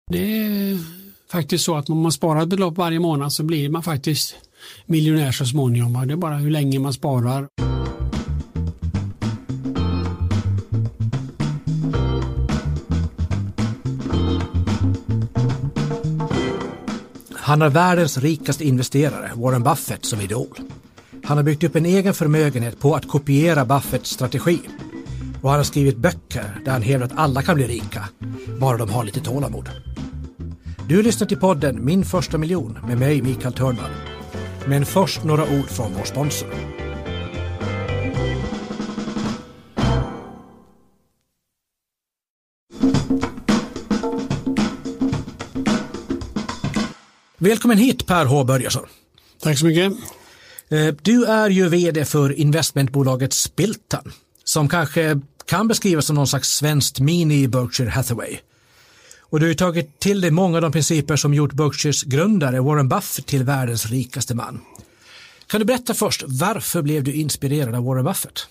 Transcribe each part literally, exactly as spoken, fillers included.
Det är faktiskt så att om man sparar ett belopp varje månad så blir man faktiskt miljonär så småningom. Det är bara hur länge man sparar. Han är världens rikaste investerare, Warren Buffett, som idol. Han har byggt upp en egen förmögenhet på att kopiera Buffetts strategi. Och han har skrivit böcker där han hävdar att alla kan bli rika, bara de har lite tålamod. Du lyssnar till podden Min första miljon med mig, Mikael Törnvall. Men först några ord från vår sponsor. Välkommen hit, Per H. Börjesson. Tack så mycket. Du är ju vd för investmentbolaget Spiltan, som kanske kan beskrivas som någon slags svenskt mini Berkshire Hathaway. Och du har tagit till dig många av de principer som gjort Berkshires grundare Warren Buffett till världens rikaste man. Kan du berätta först, varför blev du inspirerad av Warren Buffett?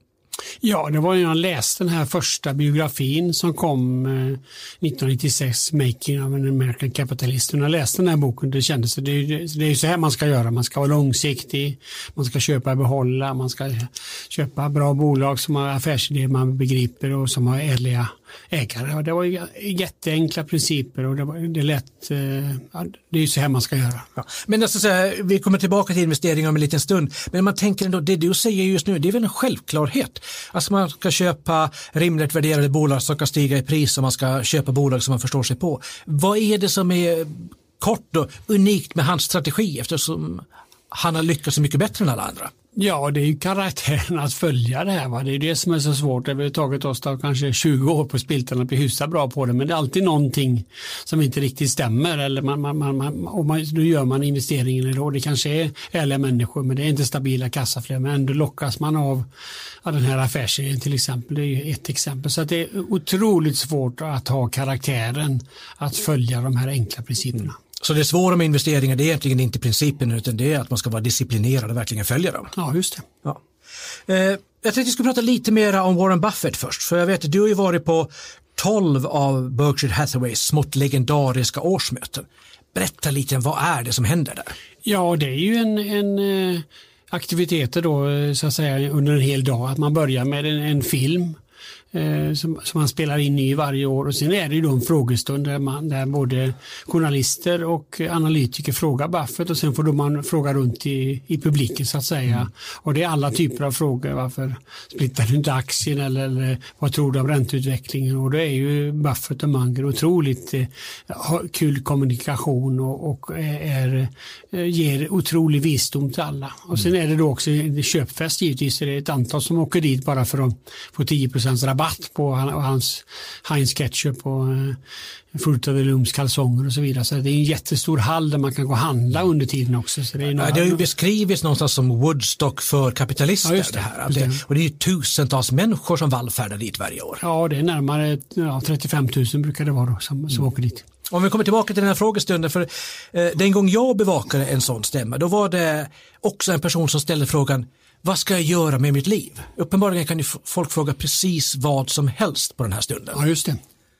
Ja, det var när jag läste den här första biografin som kom eh, nittonhundranittiosex, Making of an American Capitalist. När jag läste den här boken, det kändes det, det, det är ju så här man ska göra. Man ska vara långsiktig, man ska köpa och behålla, man ska köpa bra bolag som har affärsidéer man begriper och som har ärliga ägare. Och det var ju jätteenkla principer och det, var, det lät, eh, det är ju så här man ska göra. Ja. Men alltså, så här, vi kommer tillbaka till investeringar om en liten stund. Men man tänker ändå, det du säger just nu, det är väl en självklarhet. Alltså man ska köpa rimligt värderade bolag som kan stiga i pris och man ska köpa bolag som man förstår sig på. Vad är det som är kort och unikt med hans strategi eftersom han har lyckats så mycket bättre än alla andra? Ja, det är ju karaktären att följa det här. Va? Det är det som är så svårt. Det har tagit oss då kanske tjugo år på Spiltan att bli hyfsat bra på det. Men det är alltid någonting som inte riktigt stämmer. Eller man, man, man, och man, då gör man investeringen och det kanske är ärliga människor men det är inte stabila kassaflöden. Men ändå lockas man av, av den här affärsidén till exempel. Det är ju ett exempel. Så att det är otroligt svårt att ha karaktären att följa de här enkla principerna. Mm. Så det svåra med investeringar det är egentligen inte principen utan det är att man ska vara disciplinerad och verkligen följa dem. Ja, just det. Ja. Eh, jag tänkte att vi skulle prata lite mer om Warren Buffett först. För jag vet att du har ju varit på tolv av Berkshire Hathaways smått legendariska årsmöten. Berätta lite om vad är det som händer där? Ja, det är ju en... en aktiviteter då så att säga under en hel dag. Att man börjar med en, en film eh, som, som man spelar in i varje år och sen är det ju då en frågestund där, man, där både journalister och analytiker frågar Buffett och sen får då man fråga runt i, i publiken så att säga. Mm. Och det är alla typer av frågor. Varför splittar du inte aktien eller, eller vad tror du om ränteutvecklingen? Och det är ju Buffett och Munger otroligt eh, kul kommunikation och, och är, är, ger otrolig visdom till alla. Och sen är det då också en köpfest givetvis. Det är ett antal som åker dit bara för att få tio procent rabatt på hans Heinz ketchup och Fruit of the Looms kalsonger och så vidare. Så det är en jättestor hall där man kan gå och handla under tiden också. Så det, är ja, det har ju beskrivits någonstans som Woodstock för kapitalister. Ja, det, det här. Det, och det är ju tusentals människor som vallfärdar dit varje år. Ja, det är närmare ja, trettiofem tusen brukar det vara då, som, som mm. åker dit. Om vi kommer tillbaka till den här frågestunden, för eh, den gång jag bevakade en sån stämma, då var det också en person som ställde frågan, vad ska jag göra med mitt liv? Uppenbarligen kan ju folk fråga precis vad som helst på den här stunden. Ja, just det.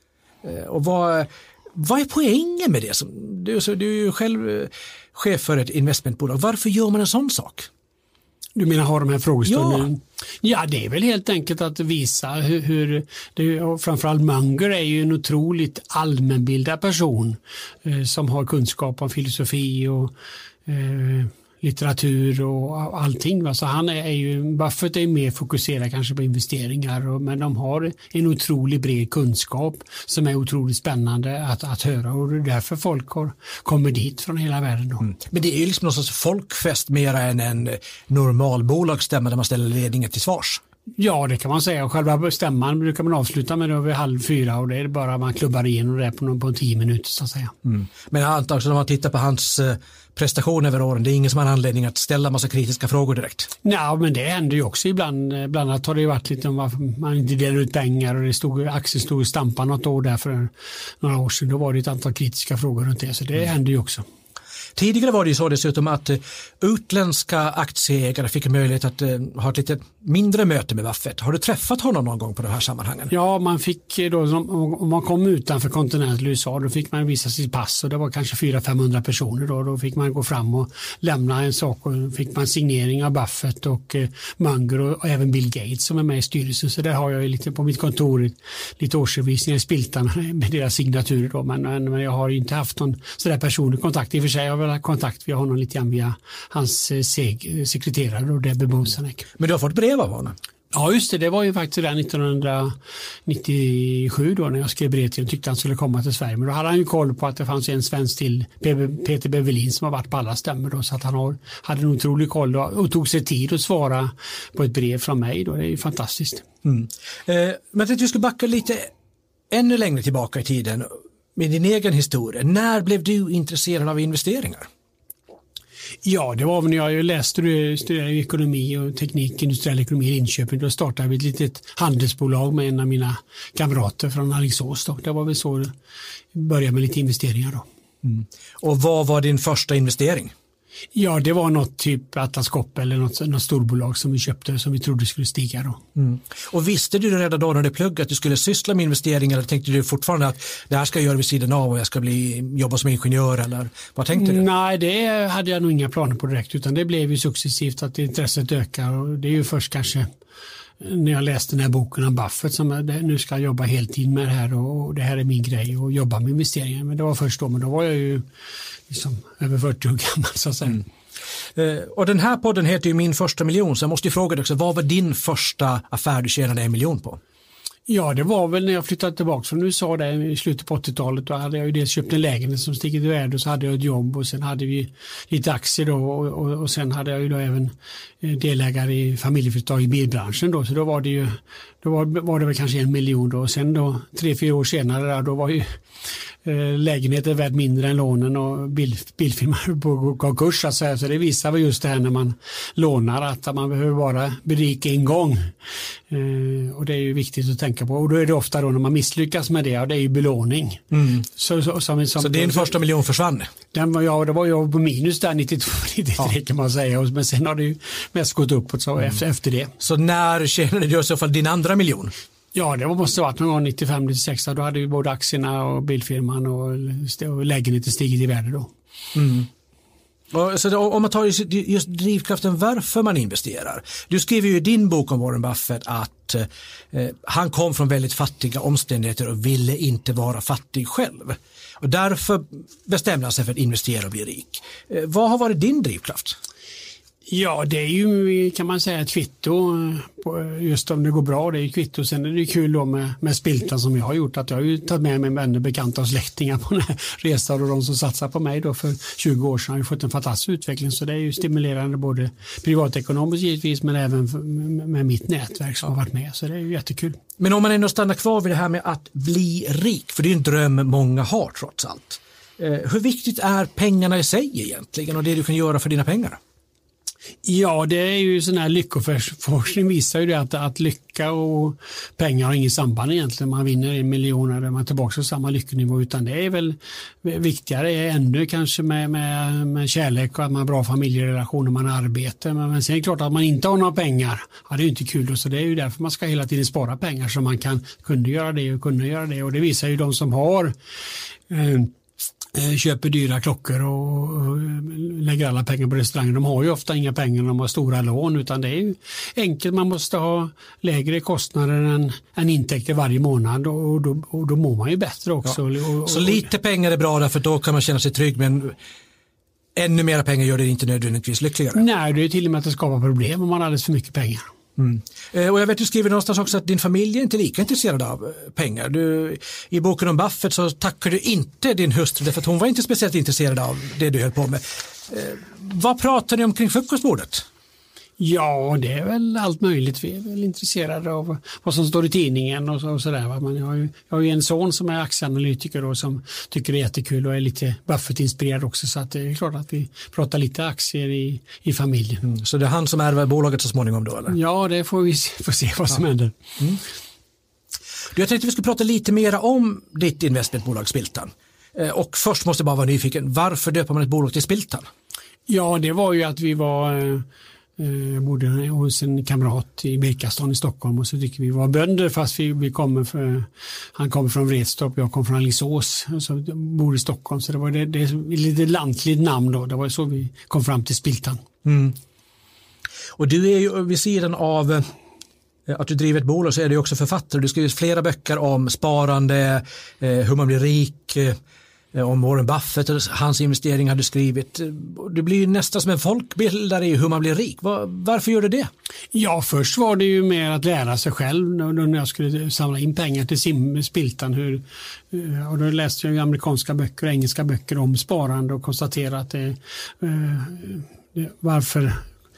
Eh, och vad, vad är poängen med det? Du, så, du är ju själv chef för ett investmentbolag. Varför gör man en sån sak? Du menar ha de här frågestunderna? Ja. Ja, det är väl helt enkelt att visa hur, hur det, och framförallt Munger är ju en otroligt allmänbildad person eh, som har kunskap om filosofi och eh, litteratur och allting. Va? Så han är, är ju, Buffett är mer fokuserad kanske på investeringar och, men de har en otroligt bred kunskap som är otroligt spännande att, att höra och det är därför folk har, kommer dit från hela världen. Då. Mm. Men det är ju liksom någon sorts folkfest mer än en normal bolagsstämma där man ställer ledningen till svars. Ja, det kan man säga. Och själva stämman brukar man avsluta med då vid halv fyra och det är bara man klubbar igenom det på, på tio minuter så att säga. Mm. Men jag antar också när man tittar på hans eh, prestation över åren, det är ingen som har anledning att ställa massa kritiska frågor direkt. Ja, men det händer ju också ibland. Bland annat har det ju varit lite om varför man inte delar ut pengar och det stod, aktien stod och stampade något år där för några år sedan. Då var det ett antal kritiska frågor runt det, så det mm. händer ju också. Tidigare var det ju så dessutom att uh, utländska aktieägare fick möjlighet att uh, ha ett lite mindre möte med Buffett. Har du träffat honom någon gång på de här sammanhangen? Ja, man fick då, om man kom utanför kontinenten U S A, då fick man visa sitt pass och det var kanske fyra till femhundra personer då. Då fick man gå fram och lämna en sak och fick man signering av Buffett och uh, Munger och, och även Bill Gates som är med i styrelsen. Så där har jag ju lite på mitt kontor lite årsredovisningar i spiltan med deras signaturer då. Men, men jag har ju inte haft någon sådär personlig kontakt. I och för sig har jag väl kontakt via honom lite grann via hans seg, sekreterare och Debbie Bosanek. Men du har fått brev av honom? Ja just det, det var ju faktiskt där nittonhundranittiosju då när jag skrev brev till honom, tyckte han skulle komma till Sverige. Men då hade han ju koll på att det fanns en svensk till, Peter Bevelin, som har varit på alla stämmor då, så att han har, hade en otrolig koll då, och tog sig tid att svara på ett brev från mig då. Det är ju fantastiskt. Mm. Eh, men jag tänkte vi skulle backa lite ännu längre tillbaka i tiden med din egen historia. När blev du intresserad av investeringar? Ja, det var när jag läste studerade ekonomi och teknik, industriell ekonomi i Linköping. Då startade vi ett litet handelsbolag med en av mina kamrater från Alingsås. Då. Det var väl så det började med lite investeringar då. Mm. Och vad var din första investering? Ja, det var något typ Atlas Copco eller något, något storbolag som vi köpte som vi trodde skulle stiga då. Mm. Och visste du redan då när du pluggade att du skulle syssla med investeringar, eller tänkte du fortfarande att det här ska jag göra vid sidan av och jag ska bli, jobba som ingenjör, eller vad tänkte du? Nej, det hade jag nog inga planer på direkt, utan det blev ju successivt att intresset ökar, och det är ju först kanske när jag läste den här boken om Buffett som jag, nu ska jag jobba heltid med det här och det här är min grej och jobba med investeringar. Men det var först då, men då var jag ju liksom över fyrtio år gammal så att säga. Mm. Uh, och den här podden heter ju Min första miljon, så jag måste ju fråga dig också, vad var din första affär du tjänade en miljon på? Ja, det var väl när jag flyttade tillbaka från U S A där i slutet på åttiotalet. Då hade jag ju dels köpt en lägenhet som stigit i värde och så hade jag ett jobb och sen hade vi lite aktier då och, och, och sen hade jag ju då även delägare i familjeföretag i bilbranschen då, så då var det ju då var, var det väl kanske en miljon då, och sen då tre, fyra år senare då var ju eh, lägenheten värd mindre än lånen och bil, bilfirmar på konkurs, alltså, så det visar väl just det här när man lånar att man behöver bara berika en gång, eh, och det är ju viktigt att tänka på, och då är det ofta då när man misslyckas med det, och det är ju belåning. Mm. Så, så, som, som, så din så, första miljon försvann? Den var, ja, det var jag på minus där nittiotvå nittiotre ja. Kan man säga, men sen har det ju mest gått uppåt så mm. efter, efter det. Så när tjänade du i så fall din andra miljon? Ja, det måste ha varit någon gång nittiofem nittiosex, då hade ju både aktierna och bilfirman och, och lägenheten stigit i värde då. Mm. Och, så då, om man tar just, just drivkraften varför man investerar. Du skriver ju i din bok om Warren Buffett att eh, han kom från väldigt fattiga omständigheter och ville inte vara fattig själv. Och därför bestämde han sig för att investera och bli rik. Eh, vad har varit din drivkraft? Ja, det är ju, kan man säga, ett kvitto på just om det går bra, det är ju kvitto. Sen är det kul då med, med Spiltan som jag har gjort, att jag har ju tagit med mig vänner, bekanta och släktingar på den här resan, och de som satsar på mig då för tjugo år sedan har ju fått en fantastisk utveckling, så det är ju stimulerande både privatekonomiskt givetvis, men även för, med mitt nätverk som har varit med, så det är ju jättekul. Men om man ändå stannar kvar vid det här med att bli rik, för det är ju en dröm många har trots allt. Eh, hur viktigt är pengarna i sig egentligen och det du kan göra för dina pengar? Ja, det är ju sån här lyckoforskning visar ju det att, att lycka och pengar har ingen samband egentligen. Man vinner en miljon eller man är tillbaka på samma lyckonivå, utan det är väl viktigare är ännu kanske med, med, med kärlek och att man har bra familjerelationer, man har arbete. Men, men sen är det klart att man inte har några pengar. Ja, det är ju inte kul då, så det är ju därför man ska hela tiden spara pengar så man kan kunna göra det och kunna göra det, och det visar ju de som har eh, köper dyra klockor och lägger alla pengar på restaurangen. De har ju ofta inga pengar när de har stora lån, utan det är ju enkelt. Man måste ha lägre kostnader än, än intäkter varje månad, och då, och då mår man ju bättre också. Ja. Och, och, så lite pengar är bra därför då kan man känna sig trygg, men ännu mer pengar gör det inte nödvändigtvis lyckligare. Nej, det är till och med att det skapar problem om man har alldeles för mycket pengar. Mm. Och jag vet du skriver någonstans också att din familj är inte lika intresserad av pengar. Du, i boken om Buffett så tackar du inte din hustru för att hon var inte speciellt intresserad av det du höll på med. Eh, vad pratar ni om kring frukostbordet? Ja, det är väl allt möjligt. Vi är väl intresserade av vad som står i tidningen och, så, och sådär. Men jag har, ju, jag har ju en son som är aktieanalytiker och som tycker det är jättekul och är lite Buffett-inspirerad också. Så att det är klart att vi pratar lite aktier i, i familjen. Mm, så det är han som ärver bolaget så småningom då, eller? Ja, det får vi får se vad som ja. händer. Mm. Jag tänkte vi skulle prata lite mer om ditt investmentbolag Spiltan. Och först måste jag bara vara nyfiken, varför döper man ett bolag till Spiltan? Ja, det var ju att vi var, eh, bodde hos en kamrat i Birkastan i Stockholm och så tycker vi var bönder fast vi, vi kommer för, han kommer från Vretstorp, jag kom från Alingsås och så bor i Stockholm, så det var det, det är lite lantligt namn då, det var så vi kom fram till Spiltan. Mm. Och du är ju vid sidan av att du driver ett bolag så är du också författare. Du skriver flera böcker om sparande, eh, hur man blir rik, eh, om Warren Buffett och hans investeringar har du skrivit. Du blir ju nästan som en folkbildare i hur man blir rik. Var, varför gör du det? Ja, först var det ju mer att lära sig själv när jag skulle samla in pengar till sim, Spiltan. Hur, och då läste jag amerikanska böcker och engelska böcker om sparande och konstaterade att det, eh, varför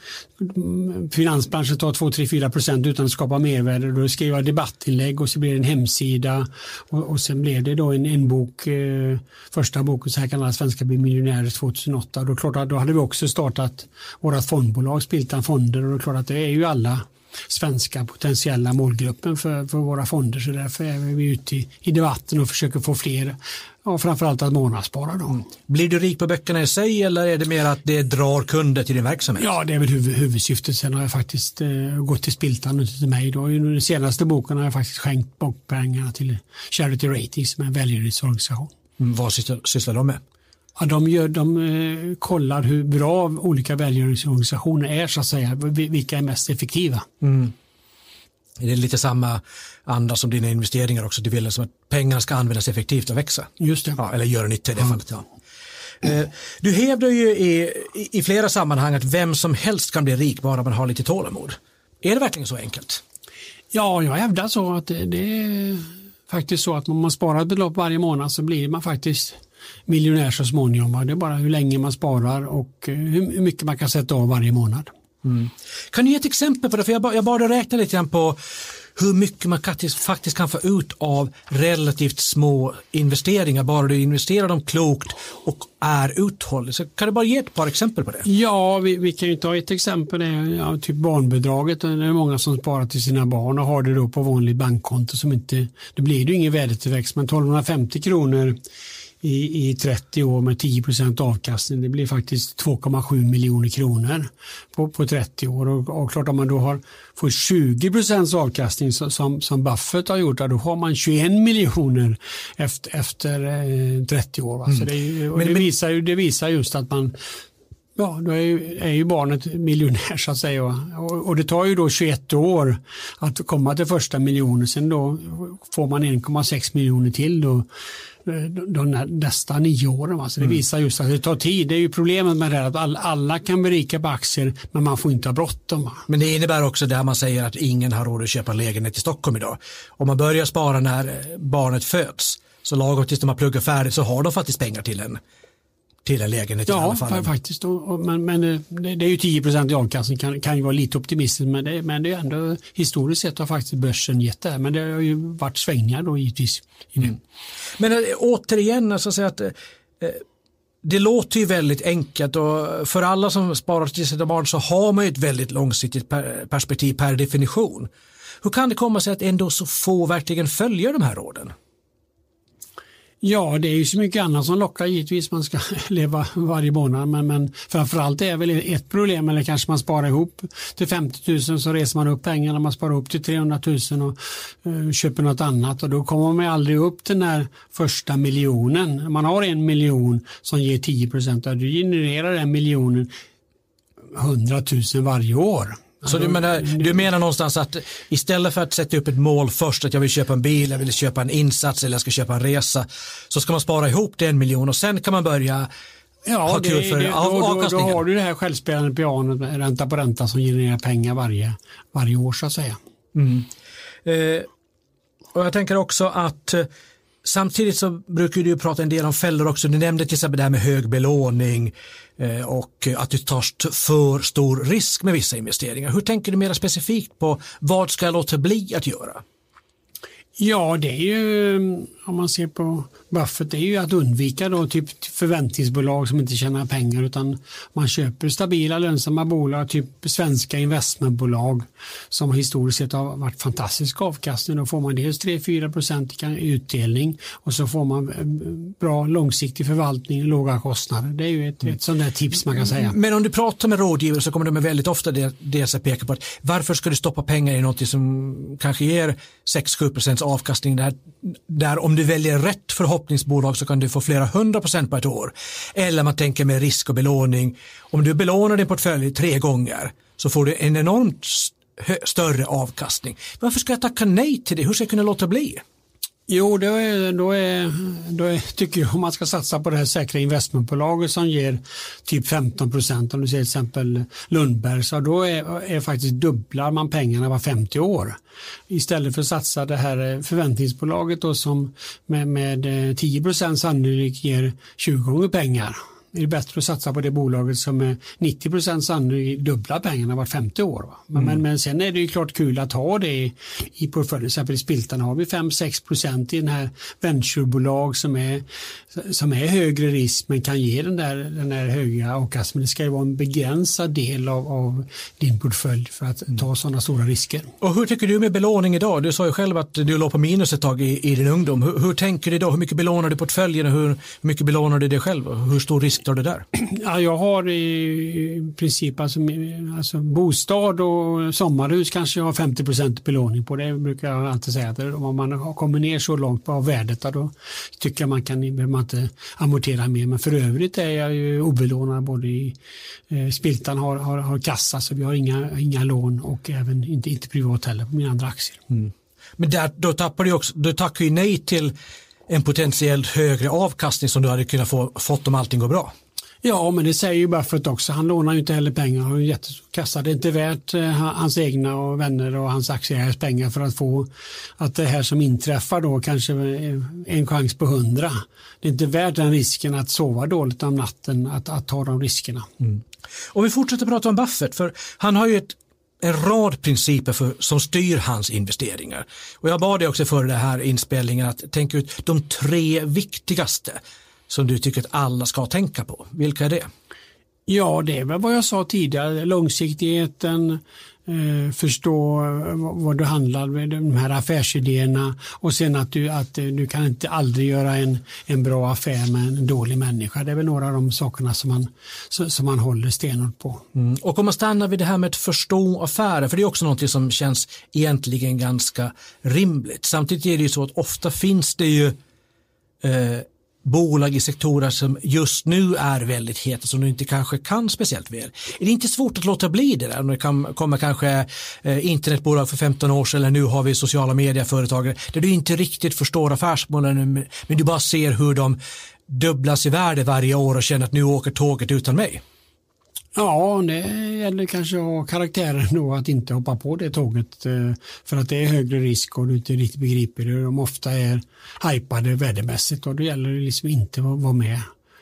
finansbranschen tar två, tre, fyra procent utan att skapa mervärde. Då skrev jag debattinlägg och så blev det en hemsida och, och sen blev det då en, en bok, eh, första boken så här kan alla svenskar bli miljonärer tjugohundraåtta. Och då, klart att, då hade vi också startat vårat fondbolag Spiltan Fonder och då klart att det är ju alla svenska potentiella målgruppen för, för våra fonder, så därför är vi ute i, i debatten och försöker få fler, ja, framförallt att månadsspara då. Mm. Blir du rik på böckerna i sig eller är det mer att det drar kunder till din verksamhet? Ja, det är väl huvud, huvudsyftet. Sen har jag faktiskt eh, gått till Spiltan och till mig då. I den senaste boken har jag faktiskt skänkt bort pengar till Charity Ratings som är en välgörenhetsorganisation. Mm, vad sysslar, sysslar de med? Ja, de, gör, de eh, kollar hur bra olika välgörenhetsorganisationer är, så att säga, vilka är mest effektiva. Mm. Det är lite samma anda som dina investeringar också. Du vill som att pengarna ska användas effektivt och växa. Just det. Ja, eller göra nytta i det ja. fallet. Ja. Eh, du hävdar ju i, i flera sammanhang att vem som helst kan bli rik bara man har lite tålamod. Är det verkligen så enkelt? Ja, jag hävdar så att det, det är faktiskt så att om man sparar ett belopp varje månad så blir man faktiskt miljonär så småningom. Det är bara hur länge man sparar och hur mycket man kan sätta av varje månad. Mm. Kan du ge ett exempel på det? För jag, jag bara räknar lite grann på hur mycket man faktiskt kan få ut av relativt små investeringar, bara du investerar dem klokt och är uthållig. Så kan du bara ge ett par exempel på det? Ja, vi, vi kan ju ta ett exempel, det är, ja, typ barnbidraget. Det är många som sparar till sina barn och har det då på vanligt bankkonto som inte, det blir ju ingen värdetillväxt, men tolvhundrafemtio kronor I, i trettio år med tio procent avkastning. Det blir faktiskt två komma sju miljoner kronor på, på trettio år. Och, och klart om man då har, får tjugo procent avkastning så, som, som Buffett har gjort, då har man tjugoen miljoner efter, efter eh, trettio år. Mm. Så det, är, och men, det, visar, det visar just att man, ja, då är ju, är ju barnet miljonär så att säga. Och, och det tar ju då tjugoett år att komma till första miljonen. Sen då får man en komma sex miljoner till då. De nästa nio åren. Alltså det mm. visar just att det tar tid. Det är ju problemet med det att alla, alla kan bli rika på aktier men man får inte ha bråttom. Men det innebär också där man säger att ingen har råd att köpa en lägenhet i Stockholm idag. Om man börjar spara när barnet föds så lagom tills de har pluggat färdigt så har de faktiskt pengar till en till en lägenhet ja, i alla fall. Ja, faktiskt. Men, men det, det är ju tio procent i avkastning, kan, kan ju vara lite optimistiskt, men det, men det är ändå historiskt sett har faktiskt börsen gett det här. Men det har ju varit svängningar då givetvis. I mm. Men äh, återigen, alltså, så att, äh, det låter ju väldigt enkelt och för alla som sparar till sina barn så har man ju ett väldigt långsiktigt per, perspektiv per definition. Hur kan det komma sig att ändå så få verkligen följer de här råden? Ja, det är ju så mycket annat som lockar givetvis. Man ska leva varje månad, men, men framförallt är väl ett problem, eller kanske man sparar ihop till femtio tusen så reser man upp pengarna, man sparar upp till trehundra tusen och uh, köper något annat och då kommer man aldrig upp till den här första miljonen. Man har en miljon som ger tio procent och du genererar den miljonen hundratusen varje år. Så du menar, du menar någonstans att istället för att sätta upp ett mål först att jag vill köpa en bil, jag vill köpa en insats eller jag ska köpa en resa, så ska man spara ihop det en miljon och sen kan man börja ja, ha kul för det, av, då, avkastningen. Då har du det här självspelande pianot med ränta på ränta som genererar pengar varje, varje år så att säga. Mm. Eh, och jag tänker också att eh, samtidigt så brukar du prata en del om fällor också. Du nämnde till exempel det här med hög belåning eh, och att du tar för stor risk med vissa investeringar. Hur tänker du mer specifikt på vad ska jag låta bli att göra? Ja, det är ju, om man ser på Buffett, det är ju att undvika då typ förväntningsbolag som inte tjänar pengar, utan man köper stabila lönsamma bolag, typ svenska investmentbolag som historiskt sett har varit fantastisk avkastning. Då får man dels tre till fyra procent i utdelning och så får man bra långsiktig förvaltning och låga kostnader. Det är ju ett, ett sånt där tips man kan säga. Men om du pratar med rådgivare så kommer de med väldigt ofta det, det jag pekar på att varför ska du stoppa pengar i något som kanske ger sex till sju procent avkastning där, där om du väljer rätt förhoppningsbolag så kan du få flera hundra procent på ett år. Eller man tänker med risk och belåning. Om du belånar din portfölj tre gånger så får du en enormt st- större avkastning. Varför ska jag tacka nej till det? Hur ska jag kunna låta bli? Jo, då, är, då, är, då är, tycker jag om man ska satsa på det här säkra investmentbolaget som ger typ femton procent, om du ser till exempel Lundberg, så då är, är faktiskt dubblar man pengarna var femtio år. Istället för att satsa det här förväntningsbolaget då som med, med tio procent sannolikt ger tjugo gånger pengar. Det är bättre att satsa på det bolaget som är nittio procent sannolikt dubbla pengarna var femtio år. Va? Men, mm. men, men sen är det ju klart kul att ha det i, i portföljen. Till exempel i Spiltan har vi fem till sex procent i den här venturebolag som är, som är högre risk men kan ge den där, den där höga avkastningen. Det ska ju vara en begränsad del av, av din portfölj för att mm. ta sådana stora risker. Och hur tycker du med belåning idag? Du sa ju själv att du låg på minus ett tag i, i din ungdom. Hur, hur tänker du idag? Hur mycket belånar du portföljen och hur mycket belånar du dig själv? Hur stor risk tar du där? Ja, jag har i princip alltså, alltså bostad och sommarhus kanske jag har femtio procent belåning på. Det brukar jag alltid säga att om man kommer ner så långt på värdet då tycker jag man kan behöver man inte amortera mer. Men för övrigt är jag ju obelånad både i eh, Spiltan har, har, har kassa så vi har inga, inga lån och även inte, inte privat heller på mina andra aktier. Mm. Men där, då tappar du också, då tackar ju nej till en potentiellt högre avkastning som du hade kunnat få fått om allting går bra. Ja, men det säger ju Buffett också. Han lånar ju inte heller pengar. Han har en jättestor kassa. Det är inte värt eh, hans egna och vänner och hans aktieägares pengar för att få att det här som inträffar då kanske en chans på hundra. Det är inte värt den risken att sova dåligt om natten, att, att ta de riskerna. Mm. Och vi fortsätter prata om Buffett för han har ju ett en rad principer för, som styr hans investeringar. Och jag bad dig också för det här inspelningen att tänka ut de tre viktigaste som du tycker att alla ska tänka på. Vilka är det? Ja, det är väl vad jag sa tidigare. Långsiktigheten, eh, förstå vad du handlar med, de här affärsidéerna och sen att du, att du kan inte aldrig göra en, en bra affär med en dålig människa. Det är väl några av de sakerna som man, som man håller stenhårt på. Mm. Och om man stannar vid det här med att förstå affärer, för det är också något som känns egentligen ganska rimligt. Samtidigt är det ju så att ofta finns det ju eh, bolag i sektorer som just nu är väldigt heta som du inte kanske kan speciellt väl. Är det inte svårt att låta bli det där? Om det kan, kommer kanske eh, internetbolag för femton år sedan eller nu har vi sociala medieföretag där du inte riktigt förstår affärsmodellen men du bara ser hur de dubblas i värde varje år och känner att nu åker tåget utan mig. Ja, det gäller kanske att ha karaktären då att inte hoppa på det tåget för att det är högre risk och du inte riktigt begriper det. De ofta är hypade värdemässigt och då gäller det liksom inte att vara med.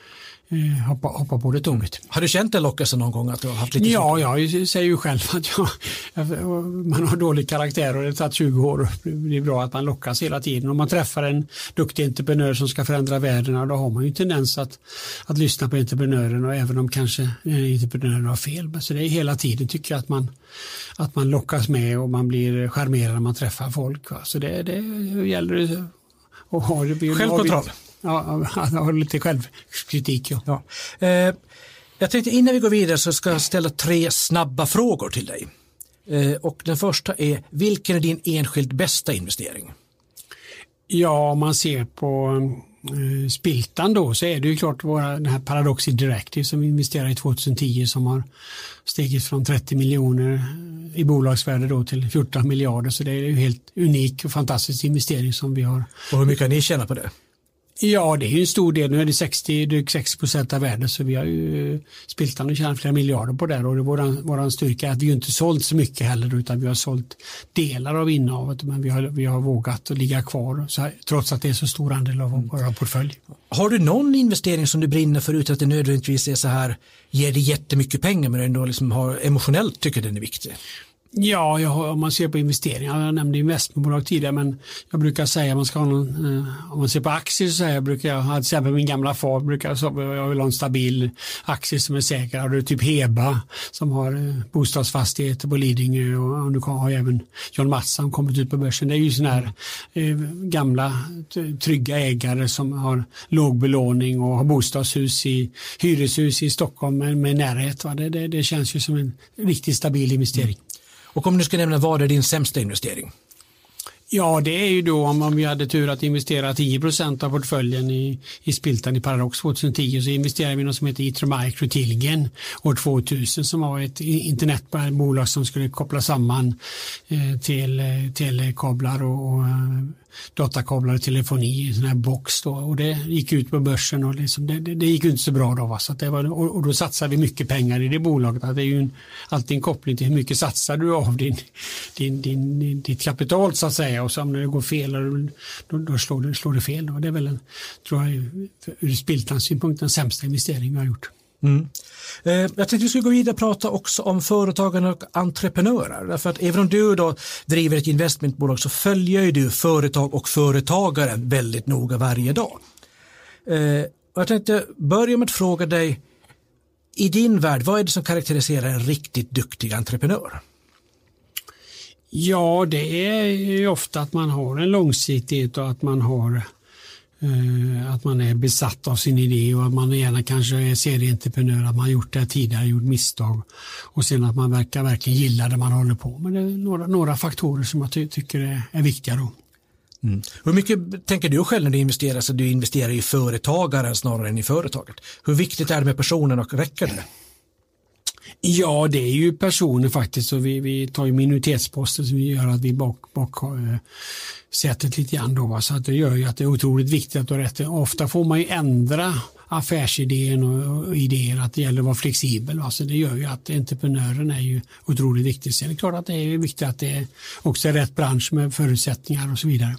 Hoppa, hoppa på det tåget. Har du känt en lockelse någon gång att du har haft lite Ja, jag säger ju själv att jag, man har dålig karaktär och det har tagit tjugo år. Det är bra att man lockas hela tiden. Om man träffar en duktig entreprenör som ska förändra världen då har man ju tendens att, att lyssna på entreprenören och även om kanske entreprenören har fel. Så det är hela tiden tycker jag att man, att man lockas med och man blir charmerad när man träffar folk. Va? Så det, det gäller att ha det. Självkontroll. Ja, jag har lite självkritik. Ja. Ja. Eh, jag tänkte innan vi går vidare så ska jag ställa tre snabba frågor till dig. Eh, och den första är, vilken är din enskilt bästa investering? Ja, om man ser på eh, Spiltan då så är det ju klart våra, den här Paradox Interactive som vi investerade i tjugohundratio som har stigit från trettio miljoner i bolagsvärde då till fjorton miljarder. Så det är ju helt unik och fantastisk investering som vi har. Och hur mycket har ni tjänat på det? Ja, det är ju en stor del. Nu är det sextio, drygt sextio procent av värdet så vi har ju Spiltan och tjänat flera miljarder på det och det är våran, våran styrka att vi ju inte sålt så mycket heller utan vi har sålt delar av innehavet men vi har, vi har vågat att ligga kvar så här, trots att det är så stor andel av vår mm. portfölj. Har du någon investering som du brinner för utan att det nödvändigtvis är så här ger dig jättemycket pengar men ändå liksom har emotionellt tycker den är viktig? Ja, jag har, om man ser på investeringar, jag nämnde investmentbolag tidigare, men jag brukar säga att man ska ha någon, eh, om man ser på aktier så säger jag, brukar jag, till exempel min gamla far brukar jag, jag vill ha en stabil aktie som är säker, och det är typ Heba som har eh, bostadsfastigheter på Lidingö, och, och nu har även John Mattsson kommit ut på börsen. Det är ju sådana här eh, gamla trygga ägare som har låg belåning och har bostadshus i hyreshus i Stockholm med, med närhet. Va? Det, det, det känns ju som en riktigt stabil investering. Mm. Och om du ska nämna, vad är din sämsta investering? Ja, det är ju då om, om vi hade tur att investera tio procent av portföljen i, i Spiltan i Paradox tjugohundratio, så investerade vi i något som heter Itromicro Tilgen år tvåtusen, som var ett internetbolag som skulle koppla samman eh, till telekablar och, och datakablar och telefoni i en sån här box då, och det gick ut på börsen och liksom, det, det, det gick inte så bra då, va? Så att det var, och, och då satsade vi mycket pengar i det bolaget. Att det är ju en, alltid en koppling till hur mycket satsar du av din, din, din, din, ditt kapital så att säga, och så om det går fel då, då slår, det, slår det fel. Då. Det är väl en, tror jag, ur Spiltans synpunkt den sämsta investering vi har gjort. Mm. Eh, jag tänkte vi skulle gå vidare och prata också om företagare och entreprenörer. Därför att även om du då driver ett investmentbolag så följer ju du företag och företagare väldigt noga varje dag. Eh, och jag tänkte börja med att fråga dig, i din värld, vad är det som karaktäriserar en riktigt duktig entreprenör? Ja, det är ju ofta att man har en långsiktighet och att man har att man är besatt av sin idé, och att man gärna kanske är serieentreprenör, att man har gjort det tidigare, gjort misstag, och sen att man verkar verkligen gilla det man håller på. Men det är några, några faktorer som jag ty- tycker är, är viktiga då. Mm. Hur mycket tänker du själv när du investerar, så du investerar i företagaren snarare än i företaget? Hur viktigt är det med personen och räcker det? Ja, det är ju personer faktiskt, och vi, vi tar ju minoritetsposter som gör att vi bak, bak äh, sättet lite grann då, va? Så att det gör ju att det är otroligt viktigt att du har rätt. Ofta får man ju ändra affärsidén och, och idéer, att det gäller att vara flexibel, va? Så det gör ju att entreprenören är ju otroligt viktig. Sen är det klart att det är viktigt att det är också är rätt bransch med förutsättningar och så vidare.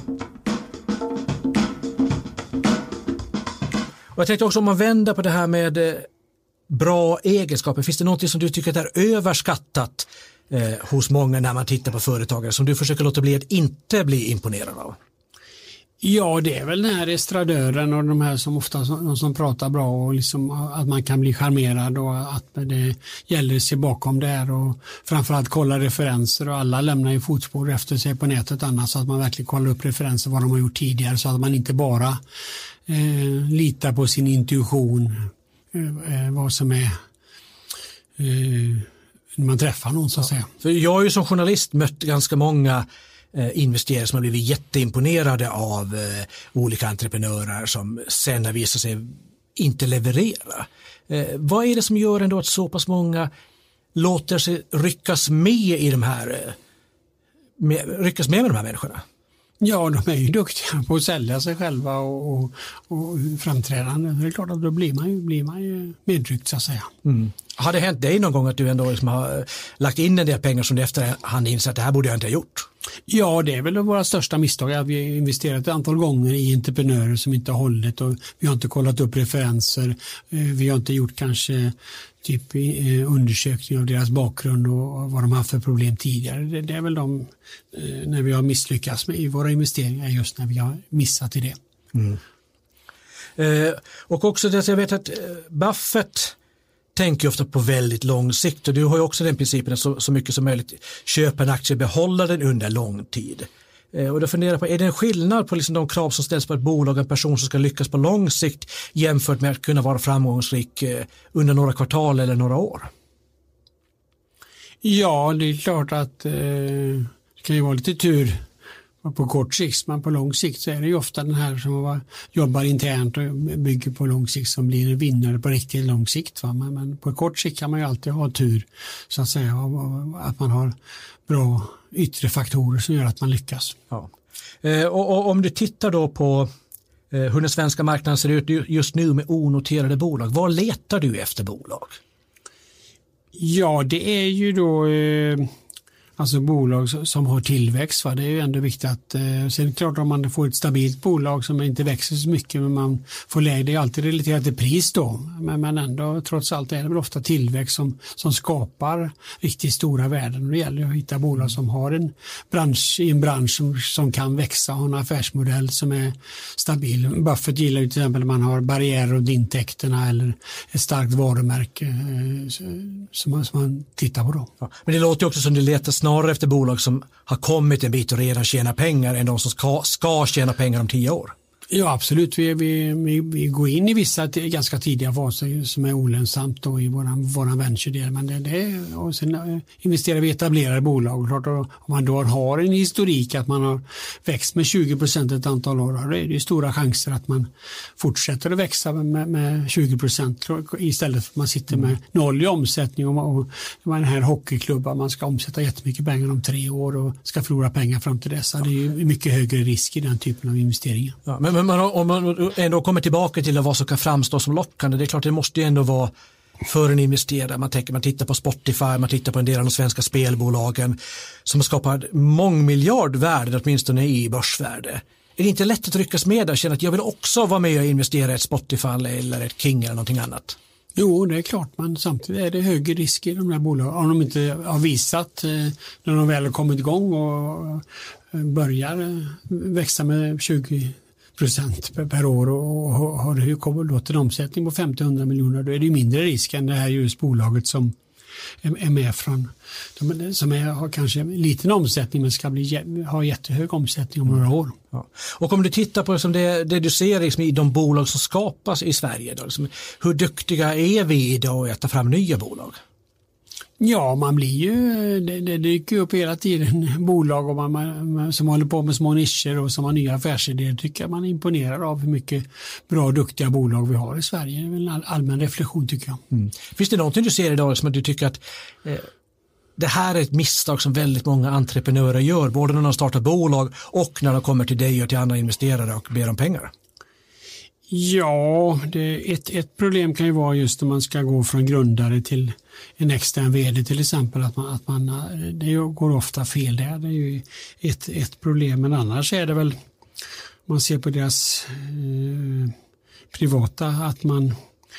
Och jag tänkte också, om man vänder på det här med bra egenskaper, finns det något som du tycker är överskattat eh, hos många när man tittar på företagare, som du försöker låta bli att inte bli imponerad av? Ja, det är väl den här estradören och de här som ofta de som pratar bra, och liksom att man kan bli charmerad, och att det gäller att se bakom det här och framförallt kolla referenser, och alla lämnar ju fotspår efter sig på nätet annars, så att man verkligen kollar upp referenser vad de har gjort tidigare, så att man inte bara eh, litar på sin intuition, eh, vad som är eh, när man träffar någon så att säga. För jag har ju som journalist mött ganska många investerare som har blivit jätteimponerade av eh, olika entreprenörer som sen visar sig inte leverera. Eh, vad är det som gör ändå att så pass många låter sig ryckas med i de här eh, med, ryckas med med de här människorna? Ja, de är ju duktiga på att sälja sig själva och, och, och framträdande. Det är klart att då blir man ju, blir man ju medryckt så att säga. Mm. Har det hänt dig någon gång att du ändå liksom har lagt in en del pengar som du efterhand inser att det här borde jag inte ha gjort? Ja, det är väl våra största misstag. Att vi har investerat ett antal gånger i entreprenörer som inte har hållit, och vi har inte kollat upp referenser. Vi har inte gjort kanske typ undersökning av deras bakgrund och vad de har haft för problem tidigare. Det, det är väl de när vi har misslyckats med i våra investeringar, just när vi har missat i det. Mm. Eh, och också det, jag vet att Buffett tänker ofta på väldigt lång sikt, och du har ju också den principen att så, så mycket som möjligt köpa en aktie, behålla den under lång tid. Eh, och då funderar på, är det en skillnad på liksom de krav som ställs på ett bolag, en person som ska lyckas på lång sikt jämfört med att kunna vara framgångsrik eh, under några kvartal eller några år? Ja, det är klart att eh, det kan ju vara lite tur på kort sikt, men på lång sikt så är det ju ofta den här som var, jobbar internt och bygger på lång sikt som blir en vinnare på riktigt lång sikt. Va? Men, men på kort sikt kan man ju alltid ha tur, så att säga, att man har bra yttre faktorer som gör att man lyckas. Ja. Eh, och, och om du tittar då på eh, hur den svenska marknaden ser ut just nu med onoterade bolag, vad letar du efter bolag? Ja, det är ju då eh, Alltså bolag som har tillväxt, va? Det är ju ändå viktigt att, eh, sen är det klart om man får ett stabilt bolag som inte växer så mycket men man får lägre, det är alltid relaterat till pris då, men, men ändå trots allt är det väl ofta tillväxt som, som skapar riktigt stora värden och det gäller att hitta bolag som har en bransch i en bransch som, som kan växa och en affärsmodell som är stabil. Buffett gillar ju till exempel när man har barriärer runt intäkterna eller ett starkt varumärke eh, som, man, som man tittar på då. Ja, men det låter ju också som det letar snarare efter bolag som har kommit en bit och redan tjänar pengar än de som ska, ska tjäna pengar om tio år. Ja, absolut. Vi, vi, vi, vi går in i vissa ganska tidiga faser som är olönsamt då i våran, våran venture-del. Men det, det, och sen investerar vi i etablerade bolag. Klart, och om man då har en historik att man har växt med tjugo procent ett antal år, då är det stora chanser att man fortsätter att växa med, med tjugo procent istället för att man sitter med noll i omsättning och, och den här hockeyklubban man ska omsätta jättemycket pengar om tre år och ska förlora pengar fram till dess. Det är ju mycket högre risk i den typen av investeringar. Ja, men Men man, om man ändå kommer tillbaka till vad som kan framstå som lockande, det är klart det måste ju ändå vara för en investerare. Man, tänker, man tittar på Spotify, man tittar på en del av de svenska spelbolagen som skapar mångmiljardvärden åtminstone i börsvärde. Är det inte lätt att ryckas med där och känna att jag vill också vara med och investera i ett Spotify eller ett King eller någonting annat? Jo, det är klart, men samtidigt är det högre risk i de här bolagen. Om de inte har visat när de väl har kommit igång och börjar växa med tjugo procent per år och har hur kommer då till en omsättning på femtio till hundra miljoner, då är det mindre risk än det här just bolaget som är med från, som är, har kanske liten omsättning men ska bli, ha jättehög omsättning om några år. Ja. Och om du tittar på liksom det, det du ser liksom i de bolag som skapas i Sverige, då, liksom, hur duktiga är vi idag att ta fram nya bolag? Ja, man blir ju, det, det dyker upp hela tiden bolag och man, man, som håller på med små nischer och som har nya affärsidéer. Tycker jag man är imponerad av hur mycket bra och duktiga bolag vi har i Sverige. Det är väl en allmän reflektion tycker jag. Mm. Finns det någonting du ser idag som att du tycker att eh, det här är ett misstag som väldigt många entreprenörer gör, både när de startar bolag och när de kommer till dig och till andra investerare och ber om pengar? Ja, det, ett, ett problem kan ju vara just när man ska gå från grundare till en extern vd till exempel, att man, att man, det går ofta fel där. Det är ju ett, ett problem, men annars är det väl, man ser på deras eh, privata, att man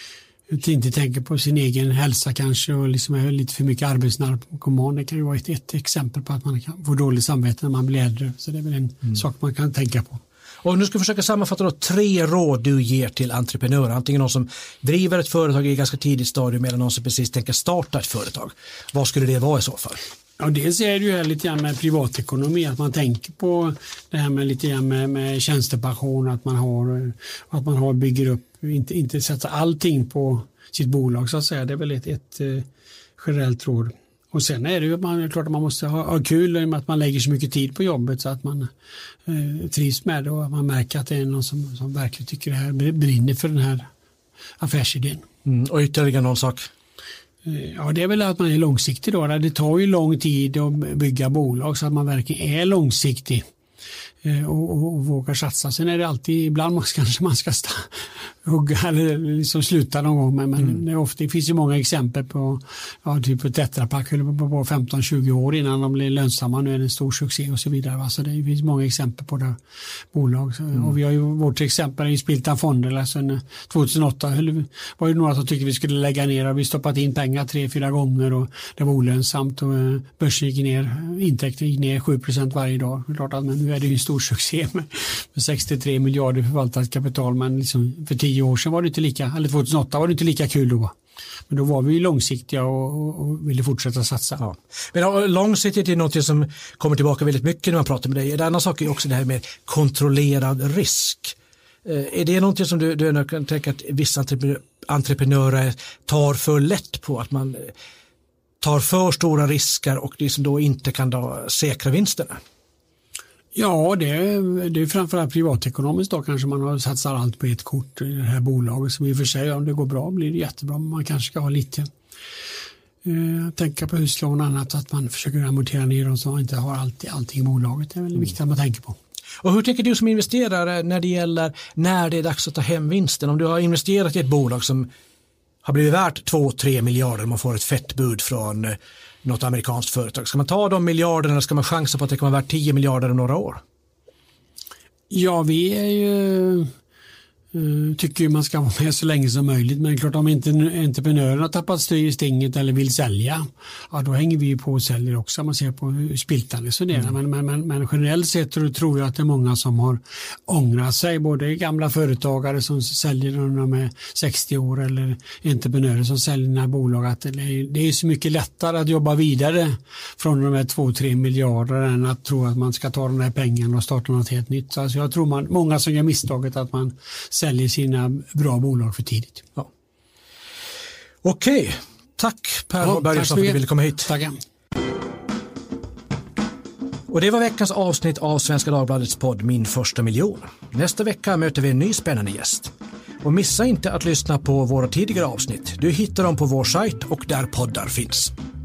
inte tänker på sin egen hälsa kanske och liksom är lite för mycket arbetsnarkoman. Det kan ju vara ett, ett exempel på att man kan få dålig samvete när man blir äldre, så det är väl en mm. sak man kan tänka på. Och nu ska jag försöka sammanfatta då tre råd du ger till entreprenörer. Antingen någon som driver ett företag i ganska tidigt stadium eller någon som precis tänker starta ett företag. Vad skulle det vara i så fall? Ja, dels är det ju lite grann med privatekonomi, att man tänker på det här med lite grann med, med tjänstepension, att man har, att man har bygger upp, inte, inte sätta allting på sitt bolag så att säga. Det är väl ett, ett, ett generellt råd. Och sen är det ju man, det är klart att man måste ha, ha kul med att man lägger så mycket tid på jobbet så att man eh, trivs med det och att man märker att det är någon som, som verkligen tycker det här brinner för den här affärsidén. Mm, och ytterligare någon sak? Eh, ja, det är väl att man är långsiktig då. Det tar ju lång tid att bygga bolag så att man verkligen är långsiktig. Och, och, och vågar satsa. Sen är det alltid, ibland måste, kanske man ska sta, hugga eller liksom sluta någon gång, men, men mm. det, är ofta, det finns ju många exempel på ja, typ Tetra Pak höll på, på femton till tjugo år innan de blir lönsamma, nu är det en stor succé och så vidare. Va? Så det finns många exempel på det bolag. Mm. Och vi har ju vårt exempel i Spiltan Fonder, alltså tjugohundraåtta var ju några som tyckte vi skulle lägga ner och vi stoppat in pengar tre, fyra gånger och det var olönsamt och börsen gick ner, intäkter gick ner sju procent varje dag. Klart att, men nu är det ju stor succé med, med sextiotre miljarder förvaltat kapital, men liksom för tio år sedan var det inte lika, eller tjugohundraåtta var det inte lika kul då. Men då var vi ju långsiktiga och, och, och ville fortsätta satsa. Ja. Men långsiktigt är något som kommer tillbaka väldigt mycket när man pratar med dig. En annan sak är också det här med kontrollerad risk. Är det någonting som du, du kan tänka att vissa entreprenörer tar för lätt på, att man tar för stora risker och liksom då inte kan då säkra vinsterna? Ja, det är, det är framförallt privatekonomiskt då kanske man har satsat allt på ett kort i det här bolaget, som i och för sig om det går bra blir det jättebra, men man kanske ska ha lite eh, tänka på huslån och annat, att man försöker amortera ner och så inte har allt, allting i bolaget. Det är väldigt viktigt att man tänker på. Och hur tänker du som investerare när det gäller när det är dags att ta hem vinsten? Om du har investerat i ett bolag som har blivit värt två tre miljarder om man får ett fett bud från något amerikanskt företag. Ska man ta de miljarderna eller ska man chansa på att det kommer vara värt tio miljarder om några år? Ja, vi är ju... Uh, tycker man ska vara med så länge som möjligt, men klart om inte entreprenörerna har tappat stinget eller vill sälja, ja då hänger vi på och säljer också. Man ser på hur spiltan resonerar. Mm. Men, men, men, men generellt sett tror jag att det är många som har ångrat sig, både gamla företagare som säljer när de är sextio år eller entreprenörer som säljer när bolag, att det är, det är så mycket lättare att jobba vidare från de här två tre miljarder än att tro att man ska ta de här pengarna och starta något helt nytt. Så alltså jag tror man, många som gör misstaget att man säljer sina bra bolag för tidigt. Ja. Okej, tack Per ja, Börjesson för att du ville komma hit. Tack. Och det var veckans avsnitt av Svenska Dagbladets podd Min första miljon. Nästa vecka möter vi en ny spännande gäst. Och missa inte att lyssna på våra tidigare avsnitt. Du hittar dem på vår sajt och där poddar finns.